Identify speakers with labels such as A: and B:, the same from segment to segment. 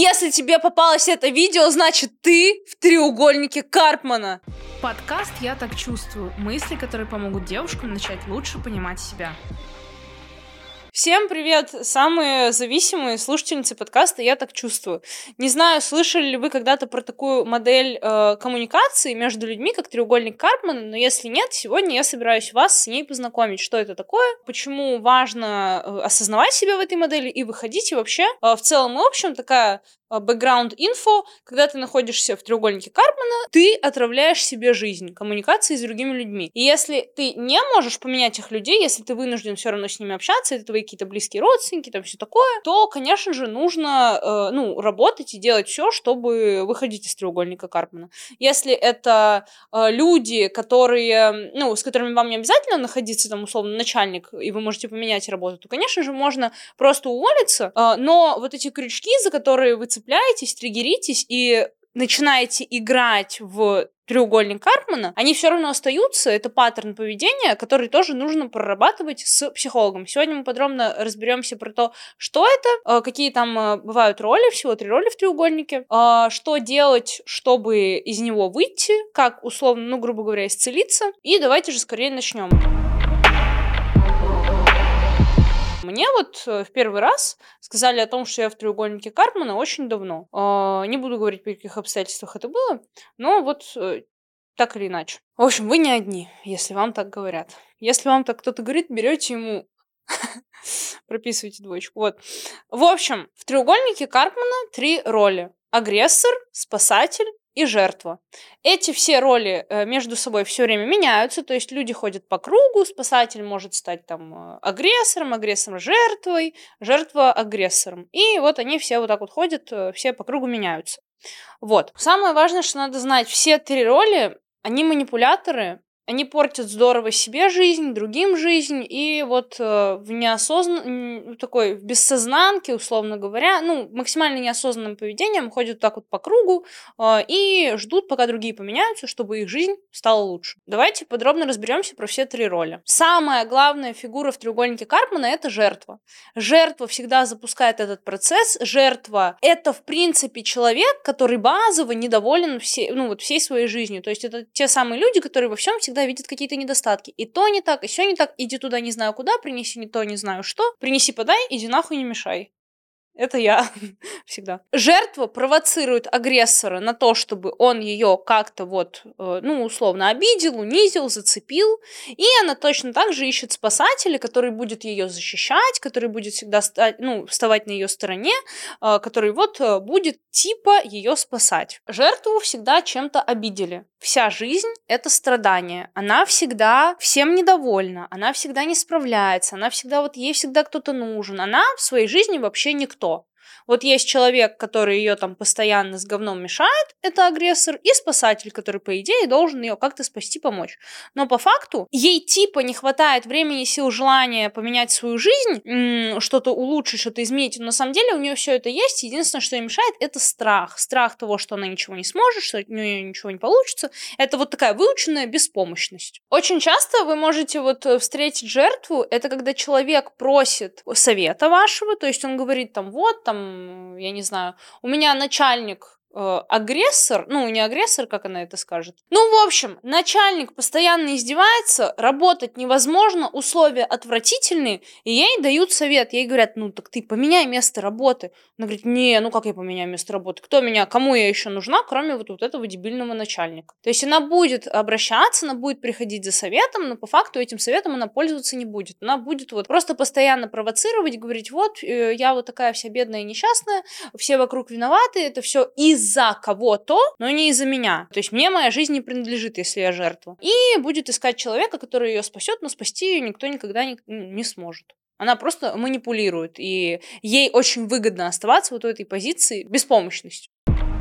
A: Если тебе попалось это видео, значит ты в треугольнике Карпмана.
B: Подкаст «Я так чувствую». Мысли, которые помогут девушкам начать лучше понимать себя.
A: Всем привет, самые зависимые слушательницы подкаста «Я так чувствую». Не знаю, слышали ли вы когда-то про такую модель коммуникации между людьми, как треугольник Карпмана, но если нет, сегодня я собираюсь вас с ней познакомить. Что это такое, почему важно осознавать себя в этой модели и выходить, и вообще в целом и общем такая бэкграунд-инфо, когда ты находишься в треугольнике Карпмана, ты отравляешь себе жизнь коммуникацией с другими людьми. И если ты не можешь поменять этих людей, если ты вынужден все равно с ними общаться, это твои какие-то близкие родственники, там все такое, то, конечно же, нужно работать и делать все, чтобы выходить из треугольника Карпмана. Если это люди, которые, с которыми вам не обязательно находиться, там, условно, начальник, и вы можете поменять работу, то, конечно же, можно просто уволиться, но вот эти крючки, за которые вы цепляетесь, триггеритесь и начинаете играть в треугольник Карпмана, они все равно остаются, это паттерн поведения, который тоже нужно прорабатывать с психологом. Сегодня мы подробно разберемся про то, что это, какие там бывают роли, всего 3 роли в треугольнике, что делать, чтобы из него выйти, как условно, грубо говоря, исцелиться. И давайте же скорее начнем. Мне в первый раз сказали о том, что я в треугольнике Карпмана очень давно. Не буду говорить, при каких обстоятельствах это было, но так или иначе. В общем, вы не одни, если вам так говорят. Если вам так кто-то говорит, берете ему... прописывайте 2. В общем, в треугольнике Карпмана 3 роли. Агрессор, спасатель и жертва. Эти все роли между собой все время меняются, то есть люди ходят по кругу, спасатель может стать там агрессором, агрессор жертвой, жертва агрессором. И они все так ходят, все по кругу меняются. Самое важное, что надо знать, все 3 роли, они манипуляторы, они портят здорово себе жизнь, другим жизнь, и в в бессознанке, условно говоря, максимально неосознанным поведением ходят по кругу и ждут, пока другие поменяются, чтобы их жизнь стала лучше. Давайте подробно разберемся про все 3 роли. Самая главная фигура в треугольнике Карпмана – это жертва. Жертва всегда запускает этот процесс. Жертва – это, в принципе, человек, который базово недоволен всей своей жизнью. То есть это те самые люди, которые во всем всегда видят какие-то недостатки. И то не так, и сё не так, иди туда не знаю куда, принеси не то не знаю что, принеси подай, иди нахуй не мешай. Это я всегда. Жертва провоцирует агрессора на то, чтобы он ее как-то условно обидел, унизил, зацепил. И она точно так же ищет спасателя, который будет ее защищать, который будет всегда вставать на ее стороне, который будет типа ее спасать. Жертву всегда чем-то обидели. Вся жизнь – это страдание. Она всегда всем недовольна, она всегда не справляется, она всегда ей всегда кто-то нужен. Она в своей жизни вообще никто. Есть человек, который ее там постоянно с говном мешает, это агрессор, и спасатель, который, по идее, должен ее как-то спасти, помочь. Но по факту ей типа не хватает времени, сил, желания поменять свою жизнь, что-то улучшить, что-то изменить. Но на самом деле у нее все это есть. Единственное, что ей мешает, это страх. Страх того, что она ничего не сможет, что у нее ничего не получится. Это такая выученная беспомощность. Очень часто вы можете встретить жертву, это когда человек просит совета вашего, то есть он говорит я не знаю, у меня начальник агрессор, не агрессор, как она это скажет. В общем, начальник постоянно издевается, работать невозможно, условия отвратительные, и ей дают совет, ей говорят, так ты поменяй место работы. Она говорит, не, как я поменяю место работы? Кому я еще нужна, кроме этого дебильного начальника? То есть она будет обращаться, она будет приходить за советом, но по факту этим советом она пользоваться не будет. Она будет просто постоянно провоцировать, говорить, я такая вся бедная и несчастная, все вокруг виноваты, это все из-за кого-то, но не из-за меня. То есть мне моя жизнь не принадлежит, если я жертва. И будет искать человека, который ее спасет, но спасти ее никто никогда не сможет. Она просто манипулирует, и ей очень выгодно оставаться в этой позиции беспомощностью.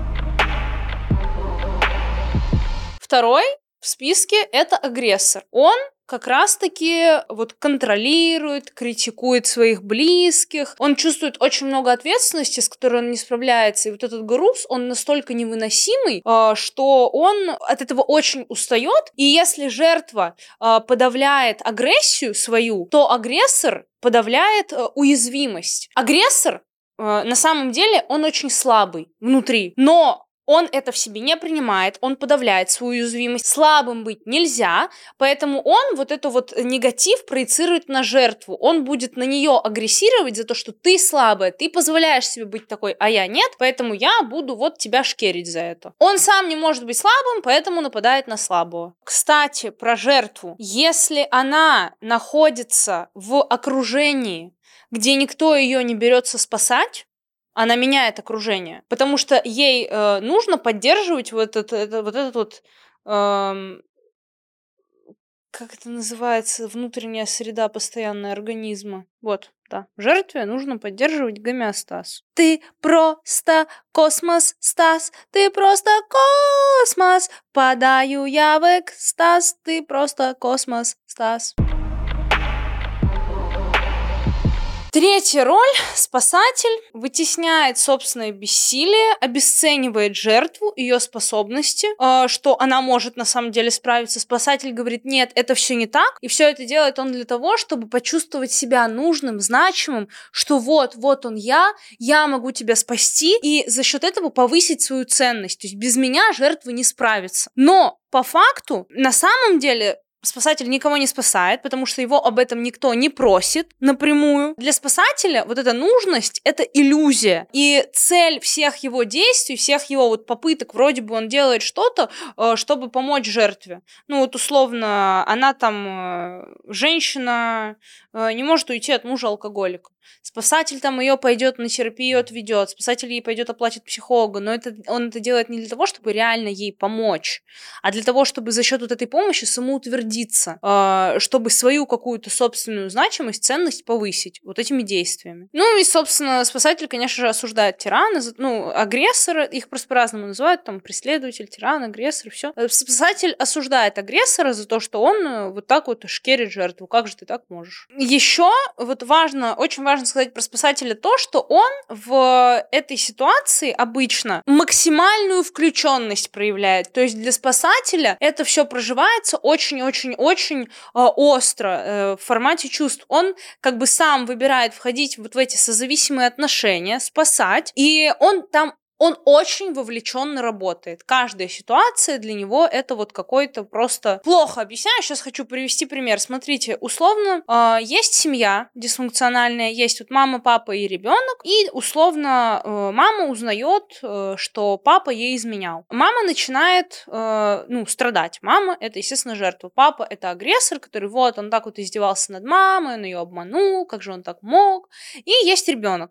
A: Второй в списке – это агрессор. Он как раз-таки контролирует, критикует своих близких. Он чувствует очень много ответственности, с которой он не справляется. И этот груз, он настолько невыносимый, что он от этого очень устает. И если жертва подавляет агрессию свою, то агрессор подавляет уязвимость. Агрессор на самом деле он очень слабый внутри, но он это в себе не принимает, он подавляет свою уязвимость. Слабым быть нельзя, поэтому он вот это вот негатив проецирует на жертву. Он будет на нее агрессировать за то, что ты слабая, ты позволяешь себе быть такой, а я нет, поэтому я буду вот тебя шкерить за это. Он сам не может быть слабым, поэтому нападает на слабого. Кстати, про жертву. Если она находится в окружении, где никто ее не берется спасать, она меняет окружение, потому что ей нужно поддерживать эм, как это называется, внутренняя среда постоянная организма. Вот, да. Жертве нужно поддерживать гомеостаз. Ты просто космос, Стас, ты просто космос, падаю я в экстаз, ты просто космос, Стас. Третья роль – спасатель вытесняет собственное бессилие, обесценивает жертву, ее способности, что она может на самом деле справиться. Спасатель говорит, нет, это все не так, и все это делает он для того, чтобы почувствовать себя нужным, значимым, что вот он я могу тебя спасти, и за счет этого повысить свою ценность. То есть без меня жертва не справится. Но по факту, на самом деле, спасатель никого не спасает, потому что его об этом никто не просит напрямую. Для спасателя вот эта нужность – это иллюзия. И цель всех его действий, всех его вот попыток, вроде бы он делает что-то, чтобы помочь жертве. Ну вот условно, она там, женщина, не может уйти от мужа-алкоголика. Спасатель там ее пойдет на терапию отведет, спасатель ей пойдет оплатит психолога, но он это делает не для того, чтобы реально ей помочь, а для того, чтобы за счет вот этой помощи самоутвердиться, чтобы свою какую-то собственную значимость, ценность повысить вот этими действиями. Ну и, собственно, спасатель, конечно же, осуждает тирана, агрессора, их просто по-разному называют, там, преследователь, тиран, агрессор, все. Спасатель осуждает агрессора за то, что он вот так вот шкерит жертву, как же ты так можешь? Еще вот очень важно сказать про спасателя то, что он в этой ситуации обычно максимальную включенность проявляет. То есть для спасателя это все проживается очень-очень-очень остро в формате чувств. Он как бы сам выбирает входить вот в эти созависимые отношения, спасать, и он очень вовлеченно работает. Каждая ситуация для него это вот какой-то просто... Плохо объясняю, сейчас хочу привести пример. Смотрите, условно, есть семья дисфункциональная, есть вот мама, папа и ребенок, и условно мама узнает, что папа ей изменял. Мама начинает, страдать. Мама — это, естественно, жертва. Папа — это агрессор, который он так вот издевался над мамой, он ее обманул, как же он так мог. И есть ребенок.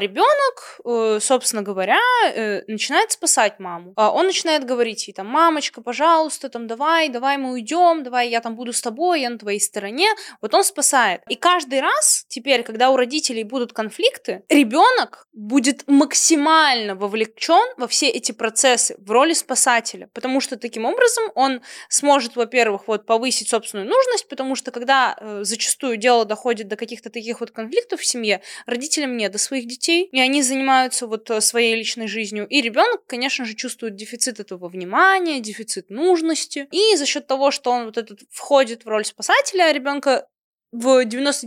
A: Ребенок, собственно говоря, начинает спасать маму. Он начинает говорить ей там: мамочка, пожалуйста, там давай мы уйдем, давай я там буду с тобой, я на твоей стороне. Вот он спасает. И каждый раз теперь, когда у родителей будут конфликты, ребенок будет максимально вовлечен во все эти процессы в роли спасателя, потому что таким образом он сможет, во-первых, вот повысить собственную нужность, потому что когда зачастую дело доходит до каких-то таких вот конфликтов в семье, родителям не до своих детей, и они занимаются вот своей личной жизнью. И ребенок, конечно же, чувствует дефицит этого внимания, дефицит нужности. И за счет того, что он вот этот входит в роль спасателя, ребенка в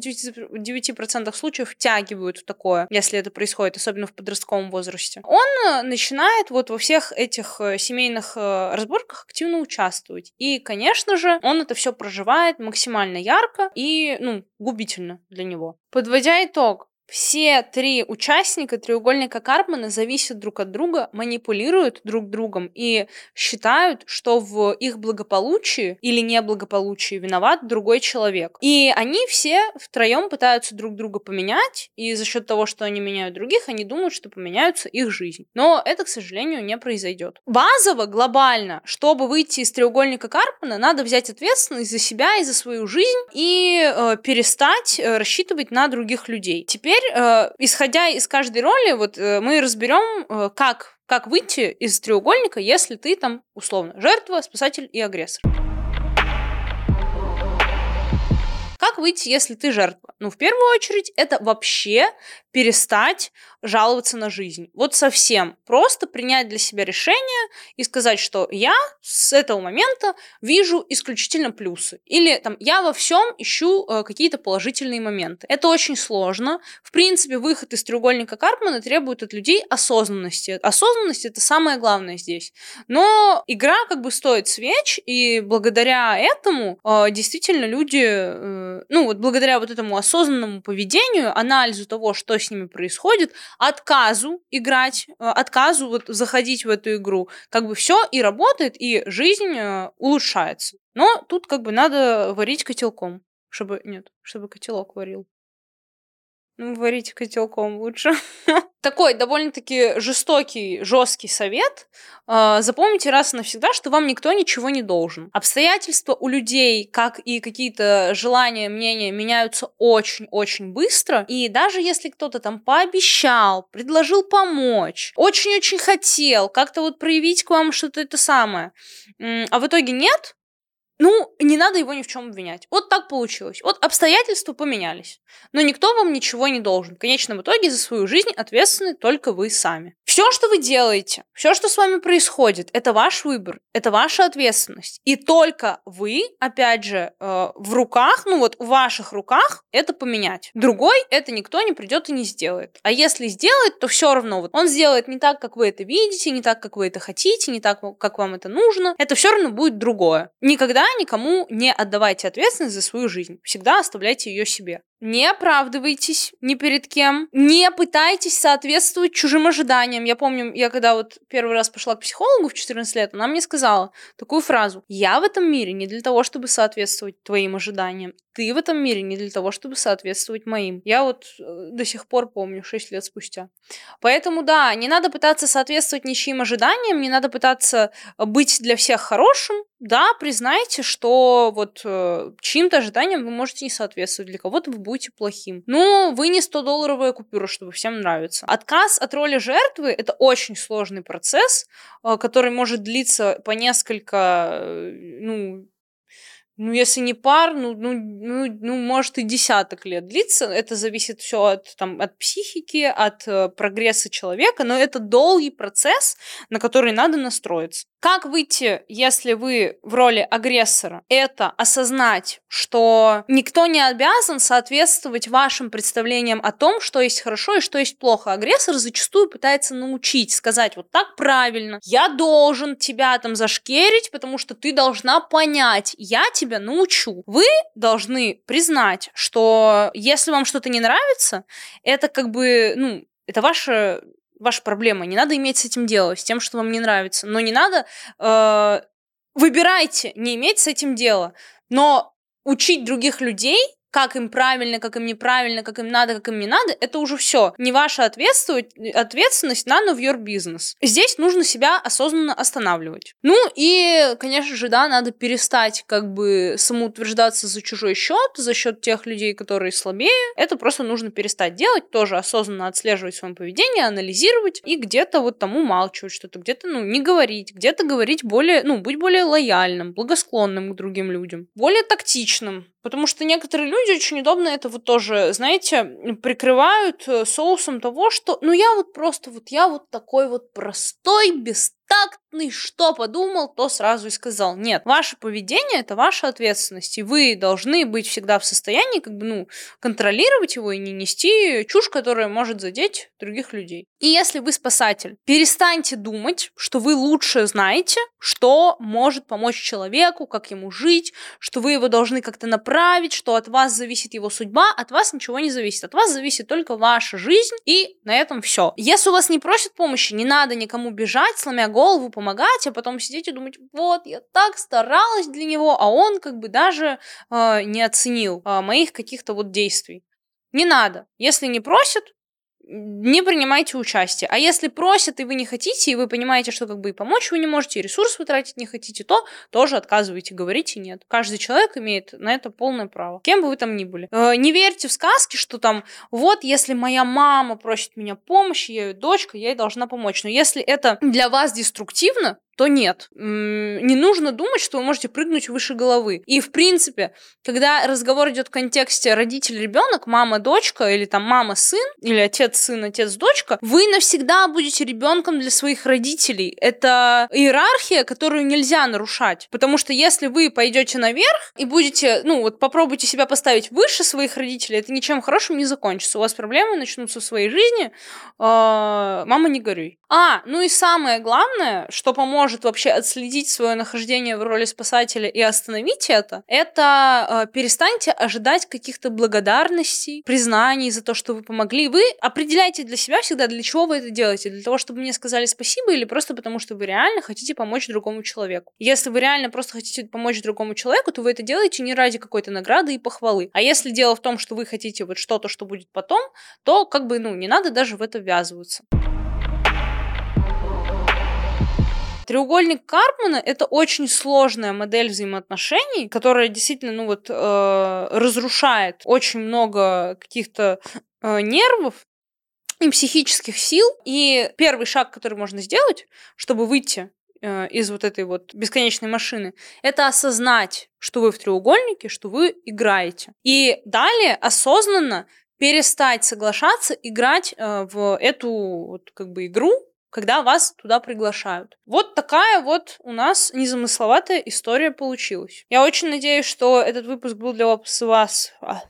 A: 99% случаев втягивают в такое, если это происходит, особенно в подростковом возрасте. Он начинает вот во всех этих семейных разборках активно участвовать. И, конечно же, он это все проживает максимально ярко и, губительно для него. Подводя итог, все три участника треугольника Карпмана зависят друг от друга, манипулируют друг другом и считают, что в их благополучии или неблагополучии виноват другой человек. И они все втроем пытаются друг друга поменять, и за счет того, что они меняют других, они думают, что поменяются их жизнь. Но это, к сожалению, не произойдет. Базово, глобально, чтобы выйти из треугольника Карпмана, надо взять ответственность за себя и за свою жизнь и перестать рассчитывать на других людей. Теперь, исходя из каждой роли, мы разберем, как выйти из треугольника, если ты там, условно, жертва, спасатель и агрессор. Как выйти, если ты жертва? Ну, в первую очередь, это вообще перестать жаловаться на жизнь. Вот совсем. Просто принять для себя решение и сказать, что я с этого момента вижу исключительно плюсы. Или там я во всем ищу какие-то положительные моменты. Это очень сложно. В принципе, выход из треугольника Карпмана требует от людей осознанности. Осознанность — это самое главное здесь. Но игра как бы стоит свеч, и благодаря этому действительно люди, ну вот благодаря вот этому осознанному поведению, анализу того, что с ними происходит, отказу играть, отказу вот заходить в эту игру, как бы все и работает, и жизнь улучшается. Но тут как бы надо варить котелком, чтобы котелок варил. Ну, варить котелком лучше. Такой довольно-таки жестокий, жесткий совет. Запомните раз и навсегда, что вам никто ничего не должен. Обстоятельства у людей, как и какие-то желания, мнения, меняются очень-очень быстро. И даже если кто-то там пообещал, предложил помочь, очень-очень хотел как-то вот проявить к вам что-то это самое, а в итоге нет, ну, не надо его ни в чем обвинять. Вот так получилось. Вот обстоятельства поменялись. Но никто вам ничего не должен. В конечном итоге за свою жизнь ответственны только вы сами. Все, что вы делаете, все, что с вами происходит, это ваш выбор, это ваша ответственность. И только вы, опять же, в руках, ну вот в ваших руках это поменять. Другой это никто не придет и не сделает. А если сделает, то все равно вот он сделает не так, как вы это видите, не так, как вы это хотите, не так, как вам это нужно. Это все равно будет другое. Никогда никому не отдавайте ответственность за свою жизнь. Всегда оставляйте ее себе. Не оправдывайтесь ни перед кем. Не пытайтесь соответствовать чужим ожиданиям. Я помню, я когда вот первый раз пошла к психологу в 14 лет, она мне сказала такую фразу: «Я в этом мире не для того, чтобы соответствовать твоим ожиданиям. Ты в этом мире не для того, чтобы соответствовать моим». Я вот до сих пор помню, 6 лет спустя. Поэтому да, не надо пытаться соответствовать ничьим ожиданиям, не надо пытаться быть для всех хорошим. Да, признайте, что вот чьим-то ожиданиям вы можете не соответствовать, для кого-то вы будете плохим. Но вы не 100-долларовая купюра, чтобы всем нравиться. Отказ от роли жертвы — это очень сложный процесс, который может длиться по несколько, если не пар, может и десяток лет длится. Это зависит все от психики, от прогресса человека, но это долгий процесс, на который надо настроиться. Как выйти, если вы в роли агрессора? Это осознать, что никто не обязан соответствовать вашим представлениям о том, что есть хорошо и что есть плохо. Агрессор зачастую пытается научить, сказать: вот так правильно, я должен тебя там зашкерить, потому что ты должна понять, я тебя научу. Вы должны признать, что если вам что-то не нравится, это как бы, это ваша проблема. Не надо иметь с этим дело, с тем, что вам не нравится. Но не надо... выбирайте не иметь с этим дело. Но учить других людей, как им правильно, как им неправильно, как им надо, как им не надо, это уже все. Не ваша ответственность, none of your business. Здесь нужно себя осознанно останавливать. Ну и, конечно же, да, надо перестать как бы самоутверждаться за чужой счет, за счет тех людей, которые слабее. Это просто нужно перестать делать, тоже осознанно отслеживать свое поведение, анализировать и где-то вот там умалчивать что-то, где-то, не говорить, где-то говорить более, быть более лояльным, благосклонным к другим людям, более тактичным. Потому что некоторые люди очень удобно это вот тоже, знаете, прикрывают соусом того, что я вот такой вот простой, бестактный, что подумал, то сразу и сказал. Нет, ваше поведение — это ваша ответственность, и вы должны быть всегда в состоянии контролировать его и не нести чушь, которая может задеть других людей. И если вы спасатель, перестаньте думать, что вы лучше знаете, что может помочь человеку, как ему жить, что вы его должны как-то направить, что от вас зависит его судьба. От вас ничего не зависит. От вас зависит только ваша жизнь, и на этом все. Если у вас не просят помощи, не надо никому бежать, сломя голову, помогать, а потом сидеть и думать: вот, я так старалась для него, а он как бы даже не оценил моих каких-то вот действий. Не надо. Если не просят, не принимайте участие. А если просят, и вы не хотите, и вы понимаете, что как бы и помочь вы не можете, и ресурс вы тратить не хотите, то тоже отказывайте, говорите нет. Каждый человек имеет на это полное право, кем бы вы там ни были. Не верьте в сказки, что там, вот, если моя мама просит меня помощи, я ее дочка, я ей должна помочь. Но если это для вас деструктивно, то нет. Не нужно думать, что вы можете прыгнуть выше головы. И, в принципе, когда разговор идет в контексте родитель-ребенок, мама-дочка, или там мама-сын, или отец-сын, отец-дочка, вы навсегда будете ребенком для своих родителей. Это иерархия, которую нельзя нарушать. Потому что если вы пойдете наверх и будете, попробуйте себя поставить выше своих родителей, это ничем хорошим не закончится. У вас проблемы начнутся в своей жизни. Мама, не горюй. И самое главное, что поможет вообще отследить свое нахождение в роли спасателя и остановить это перестаньте ожидать каких-то благодарностей, признаний за то, что вы помогли. Вы определяйте для себя всегда, для чего вы это делаете. Для того, чтобы мне сказали спасибо, или просто потому, что вы реально хотите помочь другому человеку. Если вы реально просто хотите помочь другому человеку, то вы это делаете не ради какой-то награды и похвалы. А если дело в том, что вы хотите вот что-то, что будет потом, то не надо даже в это ввязываться. Треугольник Карпмана — это очень сложная модель взаимоотношений, которая действительно, разрушает очень много каких-то нервов и психических сил. И первый шаг, который можно сделать, чтобы выйти из вот этой вот бесконечной машины, это осознать, что вы в треугольнике, что вы играете. И далее осознанно перестать соглашаться играть в эту игру, когда вас туда приглашают. Вот такая вот у нас незамысловатая история получилась. Я очень надеюсь, что этот выпуск был для вас...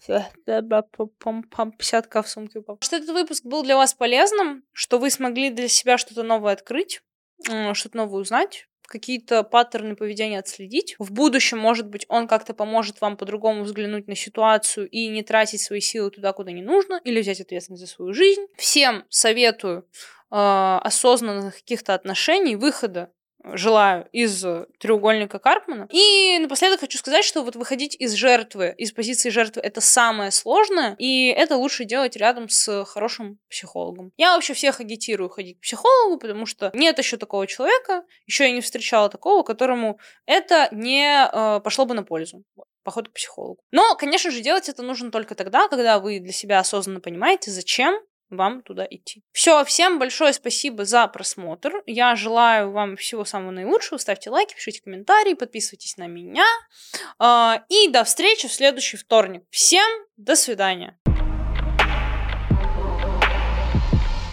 A: 50к в сумке упал. Что этот выпуск был для вас полезным, что вы смогли для себя что-то новое открыть, что-то новое узнать, какие-то паттерны поведения отследить. В будущем, может быть, он как-то поможет вам по-другому взглянуть на ситуацию и не тратить свои силы туда, куда не нужно, или взять ответственность за свою жизнь. Всем советую осознанных каких-то отношений, выхода желаю из треугольника Карпмана. И напоследок хочу сказать, что вот выходить из позиции жертвы, это самое сложное, и это лучше делать рядом с хорошим психологом. Я вообще всех агитирую ходить к психологу, потому что нет еще такого человека, еще я не встречала такого, которому это не пошло бы на пользу. Поход к психологу. Но, конечно же, делать это нужно только тогда, когда вы для себя осознанно понимаете, зачем вам туда идти. Все, всем большое спасибо за просмотр. Я желаю вам всего самого наилучшего. Ставьте лайки, пишите комментарии, подписывайтесь на меня. И до встречи в следующий вторник. Всем до свидания.